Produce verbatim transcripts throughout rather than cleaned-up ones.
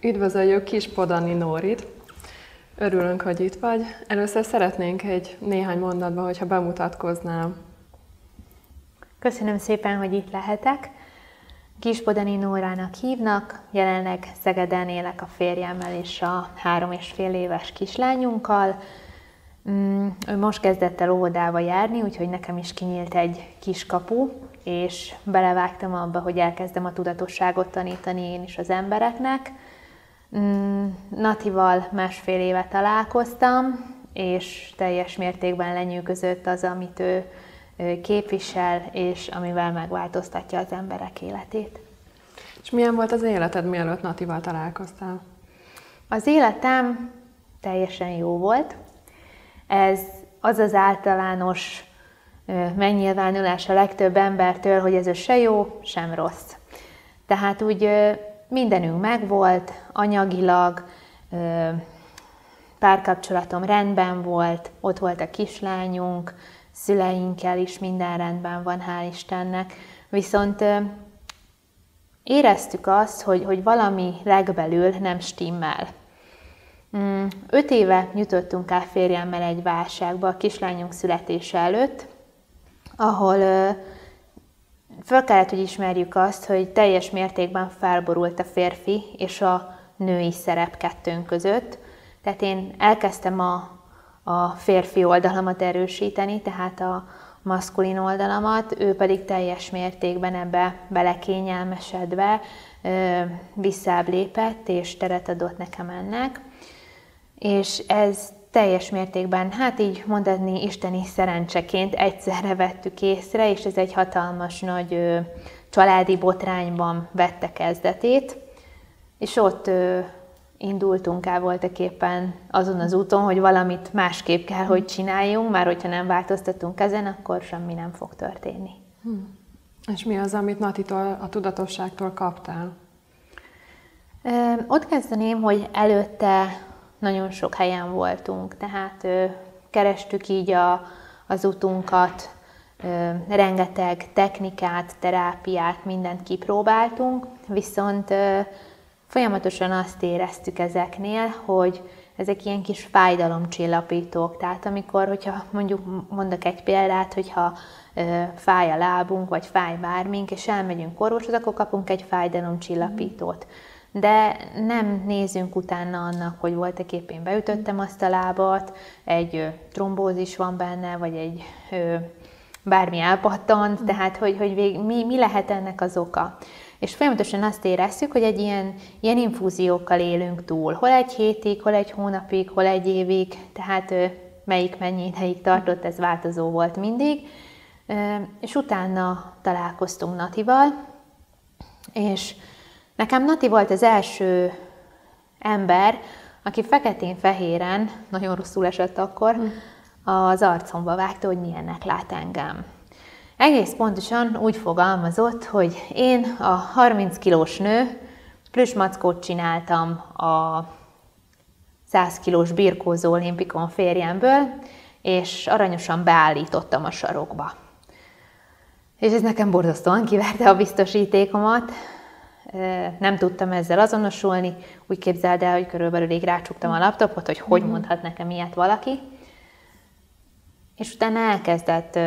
Üdvözöljük Kispodani Nórit! Örülünk, hogy itt vagy. Először szeretnénk egy néhány mondatban, hogyha bemutatkoznál. Köszönöm szépen, hogy itt lehetek. Kispodani Nórának hívnak, jelenleg Szegeden élek a férjemmel és a három és fél éves kislányunkkal. Ő most kezdett el óvodába járni, úgyhogy nekem is kinyílt egy kis kapu, és belevágtam abba, hogy elkezdem a tudatosságot tanítani én is az embereknek. Natival másfél éve találkoztam, és teljes mértékben lenyűgözött az, amit ő képvisel, és amivel megváltoztatja az emberek életét. És milyen volt az életed, mielőtt Natival találkoztál? Az életem teljesen jó volt. Ez az az általános megnyilvánulás a legtöbb embertől, hogy ez se jó, sem rossz. Tehát úgy mindenünk megvolt, anyagilag, párkapcsolatom rendben volt, ott volt a kislányunk, szüleinkkel is minden rendben van, hál' Istennek. Viszont éreztük azt, hogy, hogy valami legbelül nem stimmel. Öt éve jutottunk át férjemmel egy válságba a kislányunk születése előtt, ahol föl kellett, hogy ismerjük azt, hogy teljes mértékben felborult a férfi és a női szerep kettőnk között. Tehát én elkezdtem a, a férfi oldalamat erősíteni, tehát a maszkulin oldalamat, ő pedig teljes mértékben ebbe belekényelmesedve visszább lépett, és teret adott nekem ennek. És ez teljes mértékben, hát így mondani isteni szerencseként egyszerre vettük észre, és ez egy hatalmas nagy ö, családi botrányban vette kezdetét, és ott ö, indultunk el voltaképpen azon az úton, hogy valamit másképp kell, hogy csináljunk, már hogyha nem változtatunk ezen, akkor semmi nem fog történni. Hm. És mi az, amit Natitól, a tudatosságtól kaptál? Ö, ott kezdeném, hogy előtte nagyon sok helyen voltunk, tehát ö, kerestük így a, az utunkat, ö, rengeteg technikát, terápiát, mindent kipróbáltunk, viszont ö, folyamatosan azt éreztük ezeknél, hogy ezek ilyen kis fájdalomcsillapítók, tehát amikor, hogyha mondjuk mondok egy példát, hogyha ö, fáj a lábunk, vagy fáj bármink, és elmegyünk orvoshoz, akkor kapunk egy fájdalomcsillapítót. De nem nézünk utána annak, hogy voltak épp én beütöttem azt a lábat, egy ö, trombózis van benne, vagy egy ö, bármi elpattant, tehát hogy, hogy vég, mi, mi lehet ennek az oka. És folyamatosan azt érezzük, hogy egy ilyen, ilyen infúziókkal élünk túl. Hol egy hétig, hol egy hónapig, hol egy évig, tehát ö, melyik mennyi ideig tartott, ez változó volt mindig. Ö, és utána találkoztunk Natival, és nekem Nati volt az első ember, aki feketén-fehéren, nagyon rosszul esett akkor, az arcomba vágta, hogy milyennek lát engem. Egész pontosan úgy fogalmazott, hogy én a harminc kilós nő, plüsmackót csináltam a száz kilós birkózó olimpikon férjemből, és aranyosan beállítottam a sarokba. És ez nekem borzasztóan kiverte a biztosítékomat. Nem tudtam ezzel azonosulni, úgy képzeld el, hogy körülbelül így rácsuktam a laptopot, hogy hogy mondhat nekem ilyet valaki. És utána elkezdett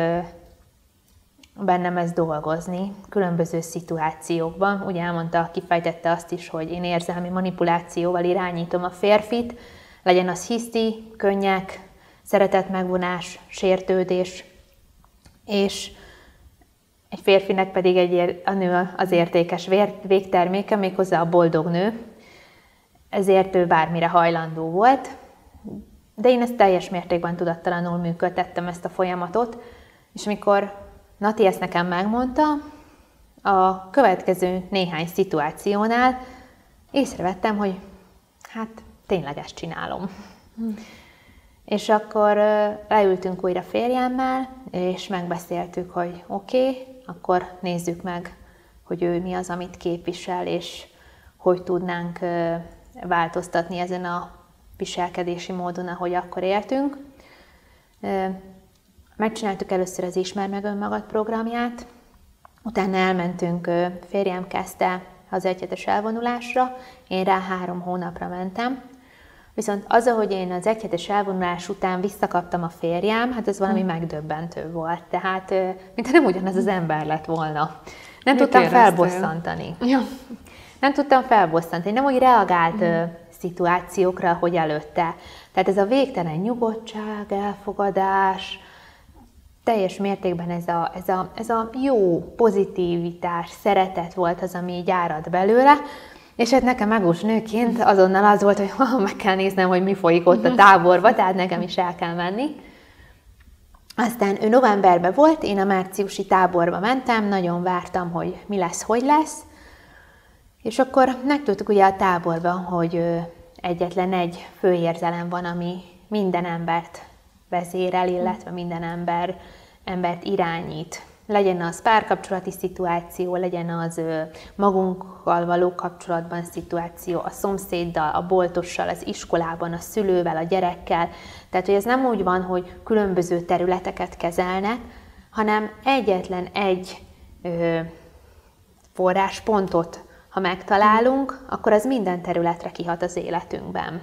bennem ez dolgozni, különböző szituációkban. Ugye elmondta, kifejtette azt is, hogy én érzelmi manipulációval irányítom a férfit, legyen az hiszti, könnyek, szeretetmegvonás, sértődés, és egy férfinek pedig egy, a nő az értékes végterméke, méghozzá a boldog nő, ezért ő bármire hajlandó volt, de én ezt teljes mértékben tudattalanul működtettem ezt a folyamatot, és amikor Nati ezt nekem megmondta, a következő néhány szituációnál észrevettem, hogy hát tényleg ezt csinálom. Hmm. És akkor leültünk újra férjemmel, és megbeszéltük, hogy oké, okay, akkor nézzük meg, hogy ő mi az, amit képvisel, és hogy tudnánk változtatni ezen a viselkedési módon, ahogy akkor éltünk. Megcsináltuk először az Ismer meg önmagad programját, utána elmentünk, férjem kezdte az egyhetes elvonulásra, én rá három hónapra mentem. Viszont az, ahogy én az egyhetes elvonulás után visszakaptam a férjem, hát ez valami megdöbbentő volt. Tehát, mintha nem ugyanaz az ember lett volna. Nem Mit tudtam éreztél? felbosszantani. Ja. Nem tudtam felbosszantani. Nem úgy reagált Mm. szituációkra, hogy előtte. Tehát ez a végtelen nyugodtság, elfogadás, teljes mértékben ez a, ez a, ez a jó pozitivitás, szeretet volt az, ami így árad belőle, és hát nekem megús nőként azonnal az volt, hogy ha, meg kell néznem, hogy mi folyik ott a táborba, tehát nekem is el kell menni. Aztán ő novemberben volt, én a márciusi táborba mentem, nagyon vártam, hogy mi lesz, hogy lesz, és akkor megtudtuk ugye a táborban, hogy egyetlen egy főérzelem van, ami minden embert vezérel, illetve minden ember, embert irányít. Legyen az párkapcsolati szituáció, legyen az magunkkal való kapcsolatban szituáció, a szomszéddal, a boltossal, az iskolában, a szülővel, a gyerekkel. Tehát, hogy ez nem úgy van, hogy különböző területeket kezelnek, hanem egyetlen egy ö, forráspontot, ha megtalálunk, akkor az minden területre kihat az életünkben.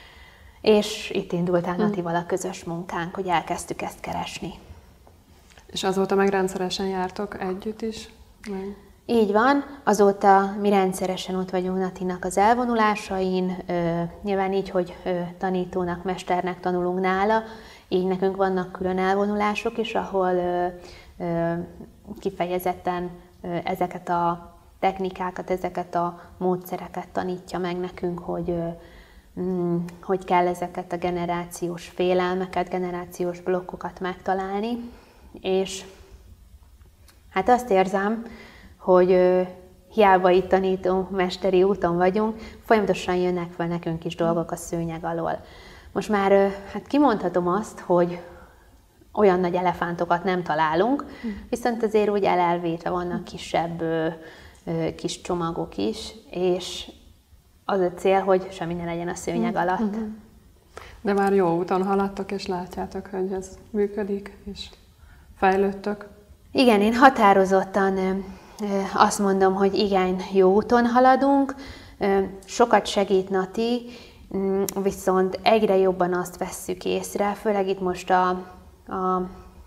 És itt indult el Natival a közös munkánk, hogy elkezdtük ezt keresni. És azóta meg rendszeresen jártok együtt is? Meg... Így van, azóta mi rendszeresen ott vagyunk Natinak az elvonulásain, ö, nyilván így, hogy ö, tanítónak, mesternek tanulunk nála, így nekünk vannak külön elvonulások is, ahol ö, ö, kifejezetten ö, ezeket a technikákat, ezeket a módszereket tanítja meg nekünk, hogy ö, mm, hogy kell ezeket a generációs félelmeket, generációs blokkokat megtalálni, és hát azt érzem, hogy ö, hiába itt tanító, mesteri úton vagyunk, folyamatosan jönnek fel nekünk is dolgok a szőnyeg alól. Most már ö, hát kimondhatom azt, hogy olyan nagy elefántokat nem találunk, viszont azért úgy elelvétve vannak kisebb ö, ö, kis csomagok is, és az a cél, hogy semmi ne legyen a szőnyeg alatt. De már jó úton haladtok, és látjátok, hogy ez működik, és fejlődtök. Igen, én határozottan ö, ö, azt mondom, hogy igen, jó úton haladunk, ö, sokat segít Nati, mm, viszont egyre jobban azt vesszük észre, főleg itt most a, a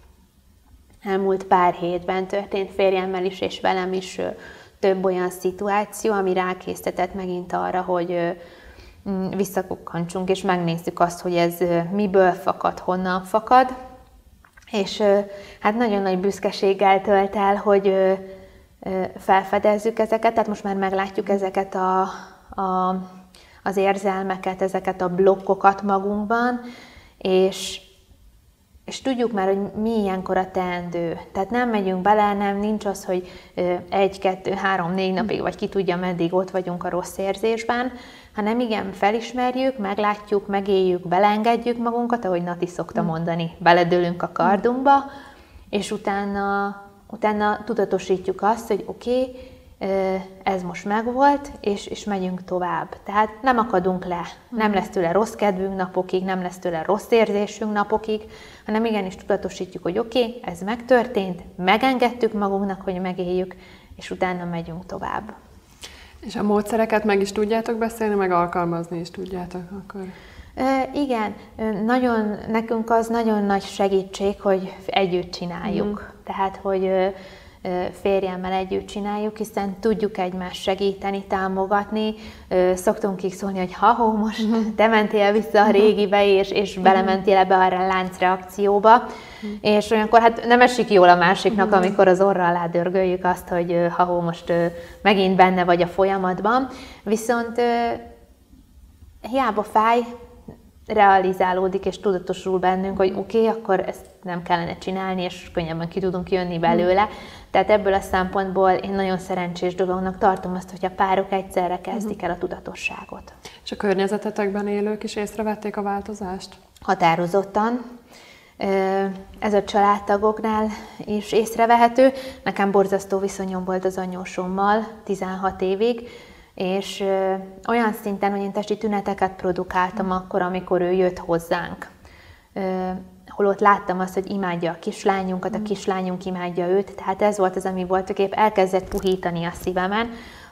elmúlt pár hétben történt férjemmel is, és velem is ö, több olyan szituáció, ami rákésztetett megint arra, hogy ö, mm, visszakukkantsunk, és megnézzük azt, hogy ez ö, miből fakad, honnan fakad. És hát nagyon nagy büszkeséggel tölt el, hogy felfedezzük ezeket, tehát most már meglátjuk ezeket a, a, az érzelmeket, ezeket a blokkokat magunkban, és, és tudjuk már, hogy mi ilyenkor a teendő. Tehát nem megyünk bele, nem, nincs az, hogy egy, kettő, három, négy napig, vagy ki tudja meddig ott vagyunk a rossz érzésben, hanem igen, felismerjük, meglátjuk, megéljük, beleengedjük magunkat, ahogy Nati szokta mondani, beledőlünk a kardunkba, és utána, utána tudatosítjuk azt, hogy oké, okay, ez most megvolt, és, és megyünk tovább. Tehát nem akadunk le, nem lesz tőle rossz kedvünk napokig, nem lesz tőle rossz érzésünk napokig, hanem igenis tudatosítjuk, hogy oké, okay, ez megtörtént, megengedtük magunknak, hogy megéljük, és utána megyünk tovább. És a módszereket meg is tudjátok beszélni, meg alkalmazni is tudjátok akkor? E, igen, nagyon, nekünk az nagyon nagy segítség, hogy együtt csináljuk. Mm. Tehát, hogy férjemmel együtt csináljuk, hiszen tudjuk egymást segíteni, támogatni. Szoktunk így szólni, hogy ha-hó, most mm. te mentél vissza a régibe, és, és mm. belementél ebbe a láncreakcióba. Mm. És olyankor hát nem esik jól a másiknak, mm. amikor az orra alá dörgöljük azt, hogy ha-hó, most megint benne vagy a folyamatban. Viszont hiába fáj, realizálódik és tudatosul bennünk, hogy oké, okay, akkor ezt nem kellene csinálni, és könnyebben ki tudunk jönni belőle. Mm. Tehát ebből a szempontból én nagyon szerencsés dolognak tartom azt, hogy a párok egyszerre kezdik el a tudatosságot. És a környezetetekben élők is észrevették a változást? Határozottan. Ez a családtagoknál is észrevehető. Nekem borzasztó viszonyom volt az anyósommal tizenhat évig, és ö, olyan szinten, hogy én testi tüneteket produkáltam akkor, amikor ő jött hozzánk. Ö, holott láttam azt, hogy imádja a kislányunkat, a kislányunk imádja őt, tehát ez volt az, ami voltaképp elkezdett puhítani a szívemen,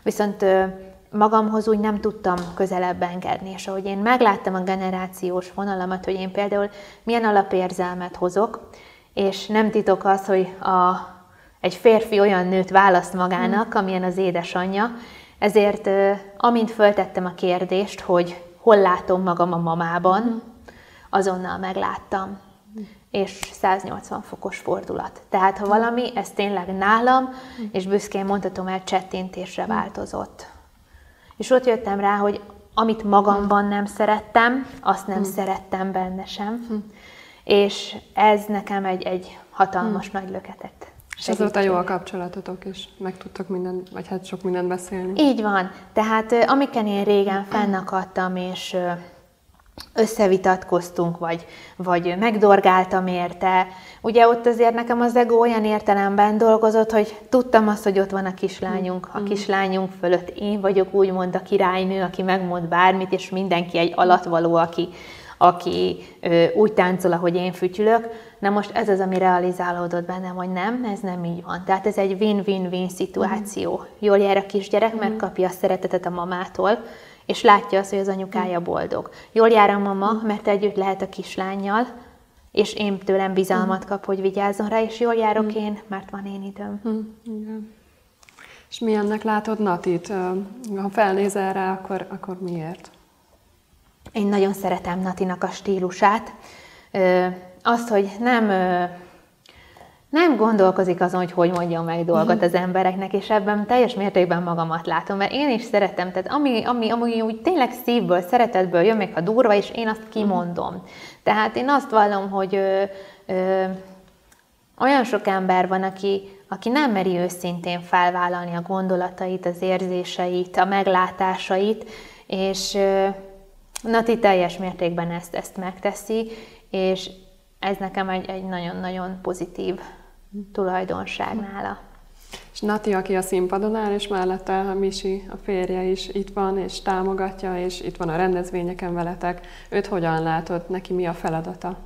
Viszont magamhoz úgy nem tudtam közelebb engedni, és ahogy én megláttam a generációs vonalamat, hogy én például milyen alapérzelmet hozok, és nem titok az, hogy a, egy férfi olyan nőt választ magának, amilyen az édesanyja, ezért amint föltettem a kérdést, hogy hol látom magam a mamában, azonnal megláttam. És száznyolcvan fokos fordulat. Tehát ha valami, ez tényleg nálam, és büszkén mondhatom el, csettintésre változott. És ott jöttem rá, hogy amit magamban nem szerettem, azt nem szerettem benne sem. És ez nekem egy, egy hatalmas nagy löketet. És azóta jó a kapcsolatotok, és meg tudtok minden, vagy hát sok mindent beszélni. Így van. Tehát amiken én régen fennakadtam, és összevitatkoztunk, vagy, vagy megdorgáltam érte. Ugye ott azért nekem az ego olyan értelemben dolgozott, hogy tudtam azt, hogy ott van a kislányunk. A kislányunk fölött én vagyok úgymond a királynő, aki megmond bármit, és mindenki egy alatvaló, aki, aki ö, úgy táncol, ahogy én fütyülök. Na most ez az, ami realizálódott bennem, hogy nem, ez nem így van. Tehát ez egy win-win-win szituáció. Jól jár a kisgyerek, megkapja a szeretetet a mamától, és látja azt, hogy az anyukája boldog. Jól jár a mama, mert együtt lehet a kislánnyal, és én tőlem bizalmat kap, hogy vigyázzon rá, és jól járok én, mert van én időm. Igen. És milyennek látod Natit? Ha felnézel rá, akkor, akkor miért? Én nagyon szeretem Natinak a stílusát. Azt, hogy nem... nem gondolkozik azon, hogy hogy mondjon meg dolgot az embereknek, és ebben teljes mértékben magamat látom, mert én is szeretem, tehát ami, ami, ami úgy tényleg szívből, szeretetből jön, még ha durva, és én azt kimondom. Tehát én azt vallom, hogy ö, ö, olyan sok ember van, aki, aki nem meri őszintén felvállalni a gondolatait, az érzéseit, a meglátásait, és ö, Nati teljes mértékben ezt, ezt megteszi, és ez nekem egy, egy nagyon-nagyon pozitív tulajdonság nála. És Nati, aki a színpadon áll, és mellette a Misi, a férje is itt van, és támogatja, és itt van a rendezvényeken veletek. Őt hogyan látod? Neki mi a feladata?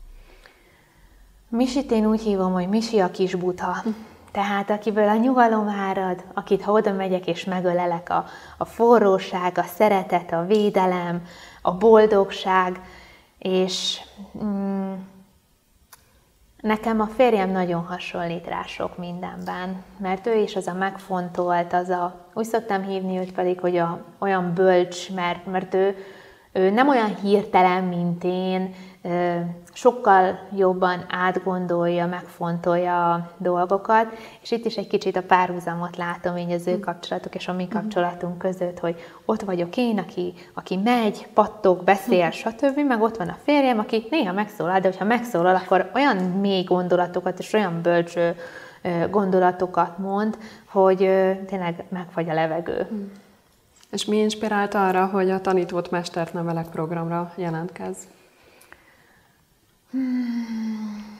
Misit én úgy hívom, hogy Misi a kis butha. Tehát akiből a nyugalom árad, akit ha oda megyek és megölelek, a, a forróság, a szeretet, a védelem, a boldogság, és... Mm, nekem a férjem nagyon hasonlít rá sok mindenben, mert ő is az a megfontolt, az a, úgy szoktam hívni őt pedig, hogy a, olyan bölcs, mert, mert ő, ő nem olyan hirtelen, mint én, sokkal jobban átgondolja, megfontolja a dolgokat, és itt is egy kicsit a párhuzamot látom így az ő kapcsolatuk és a mi kapcsolatunk között, hogy ott vagyok én, aki, aki megy, pattog, beszél, stb., meg ott van a férjem, aki néha megszólal, de hogyha megszólal, akkor olyan mély gondolatokat és olyan bölcső gondolatokat mond, hogy tényleg megfagy a levegő. És mi inspirált arra, hogy a Tanítót Mestert nevelek programra jelentkezz? Hmm.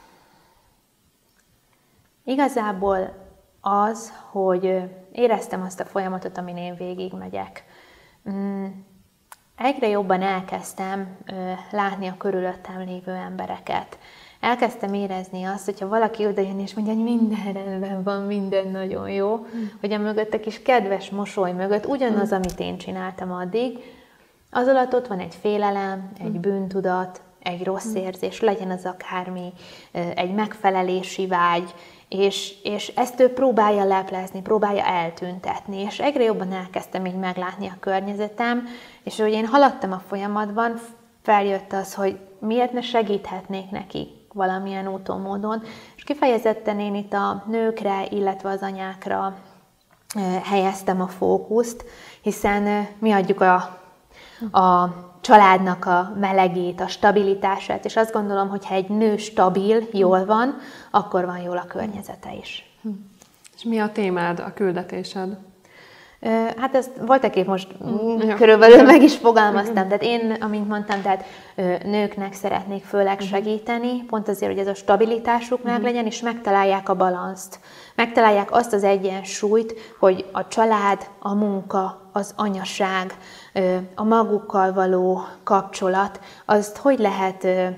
Igazából az, hogy éreztem azt a folyamatot, amin én végigmegyek. Egyre jobban elkezdtem látni a körülöttem lévő embereket. Elkezdtem érezni azt, hogyha valaki odajön és mondja, hogy minden rendben van, minden nagyon jó, mm. hogy a mögött a kis kedves mosoly mögött ugyanaz, mm. amit én csináltam addig, az alatt ott van egy félelem, egy mm. bűntudat, egy rossz érzés, legyen az akármi, egy megfelelési vágy, és, és ezt ő próbálja leplezni, próbálja eltüntetni, és egyre jobban elkezdtem így meglátni a környezetem, és ahogy én haladtam a folyamatban, feljött az, hogy miért ne segíthetnék neki valamilyen úton, módon, és kifejezetten én itt a nőkre, illetve az anyákra helyeztem a fókuszt, hiszen mi adjuk a, a családnak a melegét, a stabilitását, és azt gondolom, hogy ha egy nő stabil, jól van, akkor van jól a környezete is. És mi a témád, a küldetésed? Hát ezt voltak épp most ja. körülbelül meg is fogalmaztam, tehát én, amint mondtam, tehát nőknek szeretnék főleg segíteni, pont azért, hogy ez a stabilitásuk meg legyen, és megtalálják a balanszt. Megtalálják azt az egyensúlyt, hogy a család, a munka, az anyaság, a magukkal való kapcsolat, azt hogy lehet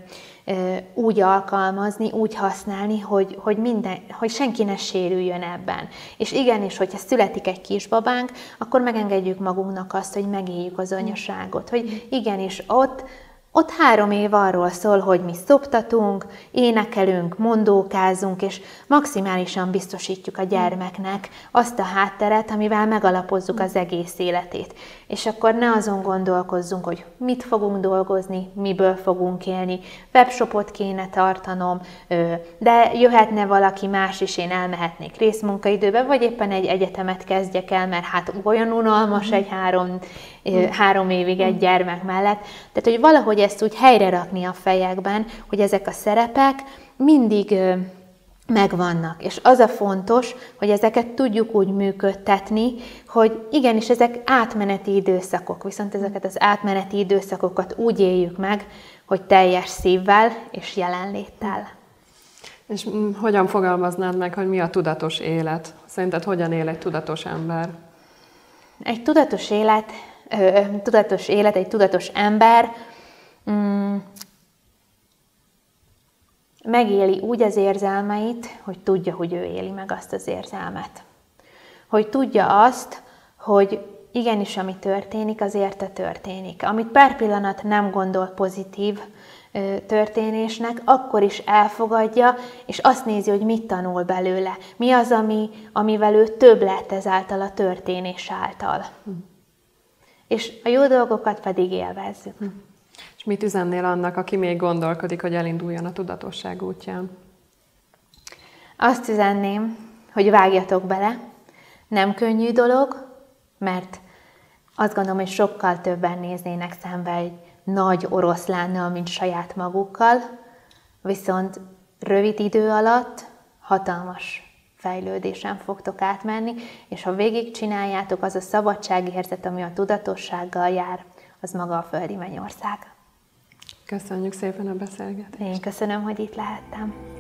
úgy alkalmazni, úgy használni, hogy, hogy, minden, hogy senki ne sérüljön ebben. És igenis, hogyha születik egy kisbabánk, akkor megengedjük magunknak azt, hogy megéljük az anyaságot. Hogy igenis, ott, ott három év arról szól, hogy mi szoptatunk, énekelünk, mondókázunk, és maximálisan biztosítjuk a gyermeknek azt a hátteret, amivel megalapozzuk az egész életét. És akkor ne azon gondolkozzunk, hogy mit fogunk dolgozni, miből fogunk élni, webshopot kéne tartanom, de jöhetne valaki más is, én elmehetnék részmunkaidőbe, vagy éppen egy egyetemet kezdjek el, mert hát olyan unalmas egy három, három évig egy gyermek mellett. Tehát, hogy valahogy ezt úgy helyre rakni a fejekben, hogy ezek a szerepek mindig megvannak. És az a fontos, hogy ezeket tudjuk úgy működtetni, hogy igenis ezek átmeneti időszakok, viszont ezeket az átmeneti időszakokat úgy éljük meg, hogy teljes szívvel és jelenléttel. És hogyan fogalmaznád meg, hogy mi a tudatos élet? Szerinted hogyan él egy tudatos ember? Egy tudatos élet, ö, tudatos élet, egy tudatos ember mm, megéli úgy az érzelmeit, hogy tudja, hogy ő éli meg azt az érzelmet. Hogy tudja azt, hogy igenis, ami történik, az érte történik. Amit per pillanat nem gondol pozitív ö, történésnek, akkor is elfogadja, és azt nézi, hogy mit tanul belőle. Mi az, ami, amivel ő több lett ezáltal a történés által. Hm. És a jó dolgokat pedig élvezzük. Hm. És mit üzennél annak, aki még gondolkodik, hogy elinduljon a tudatosság útján? Azt üzenném, hogy vágjatok bele. Nem könnyű dolog, mert azt gondolom, hogy sokkal többen néznének szembe egy nagy oroszlánnal, mint saját magukkal, viszont rövid idő alatt hatalmas fejlődésen fogtok átmenni, és ha végigcsináljátok, az a szabadságérzet, ami a tudatossággal jár, az maga a földi mennyország. Köszönjük szépen a beszélgetést! Én köszönöm, hogy itt lehettem.